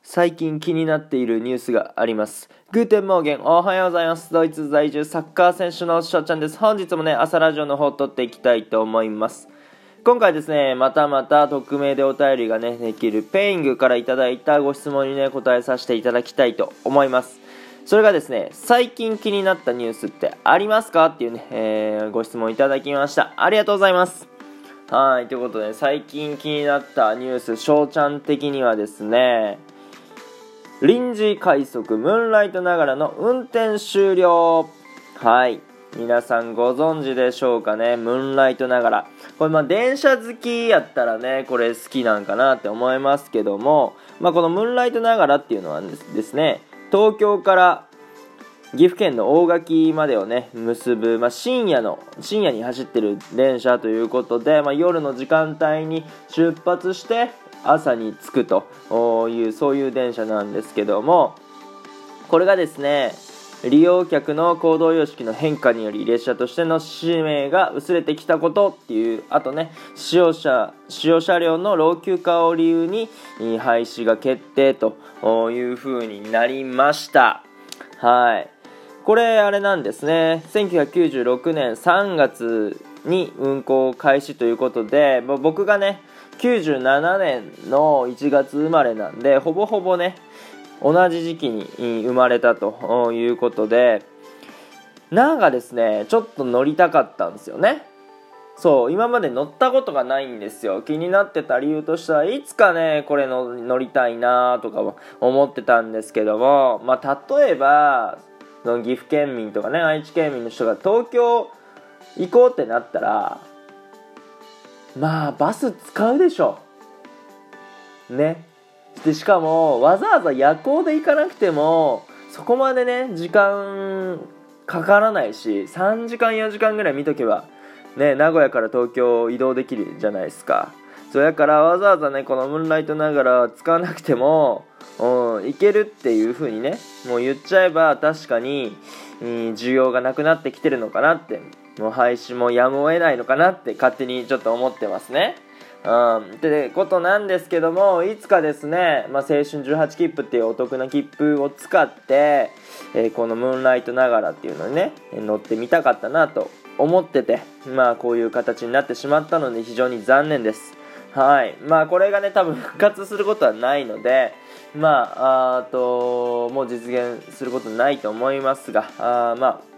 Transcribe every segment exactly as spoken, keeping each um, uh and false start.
最近気になっているニュースがあります。グーテンモーゲン、おはようございます。ドイツ在住サッカー選手のしょうちゃんです。本日もね、朝ラジオの方を撮っていきたいと思います。今回ですね、またまた匿名でお便りがね、できるペイングからいただいたご質問にね、答えさせていただきたいと思います。それがですね、最近気になったニュースってありますかっていうね、えー、ご質問いただきました。ありがとうございます。はい、ということで、最近気になったニュース、しょうちゃん的にはですね、臨時快速ムーンライトながらの運転終了。はい、皆さんご存知でしょうかね。ムーンライトながら、これまあ電車好きやったらね、これ好きなんかなって思いますけども、まあ、このムーンライトながらっていうのはですね、東京から岐阜県の大垣までをね結ぶ、まあ、深夜の深夜に走ってる電車ということで、まあ、夜の時間帯に出発して朝に着くというそういう電車なんですけども、これがですね、利用客の行動様式の変化により列車としての使命が薄れてきたことっていう、あとね、使用車使用車両の老朽化を理由に廃止が決定という風になりました。はい、これあれなんですね、せんきゅうひゃくきゅうじゅうろくねんさんがつに運行開始ということで、僕がねきゅうじゅうななねんのいちがつ生まれなんで、ほぼほぼね同じ時期に生まれたということで、なんかですねちょっと乗りたかったんですよね。そう、今まで乗ったことがないんですよ。気になってた理由としては、いつかねこれの乗りたいなとか思ってたんですけども、まあ例えば岐阜県民とかね愛知県民の人が東京行こうってなったら、まあバス使うでしょね。でしかもわざわざ夜行で行かなくてもそこまでね時間かからないし、さんじかんよじかんぐらい見とけばね、名古屋から東京移動できるじゃないですか。そうやからわざわざねこのムーンライトながら使わなくてもうんいけるっていう風にね、もう言っちゃえば確かに、うん、需要がなくなってきてるのかなって、もう廃止もやむを得ないのかなって勝手にちょっと思ってますね。うん、ってことなんですけども、いつかですね、まあ、青春じゅうはち切符っていうお得な切符を使って、えー、このムーンライトながらっていうのにね乗ってみたかったなと思ってて、まあこういう形になってしまったので非常に残念です。はい、まあこれがね多分復活することはないので、まああともう実現することないと思いますが、あまあ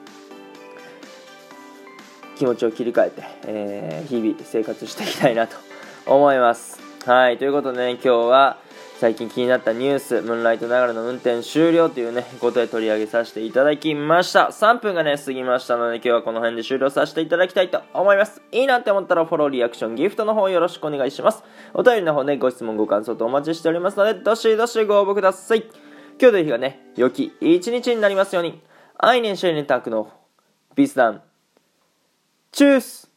気持ちを切り替えて、えー、日々生活していきたいなと思います。はい、ということでね、今日は最近気になったニュース、ムーンライトながらの運転終了というねことで取り上げさせていただきました。さんぷんがね過ぎましたので、今日はこの辺で終了させていただきたいと思います。いいなって思ったらフォロー、リアクション、ギフトの方よろしくお願いします。お便りの方ね、ご質問ご感想とお待ちしておりますので、どしどしご応募ください。今日という日がね良き一日になりますように。アイネンシェルネタクのビスダンチュース。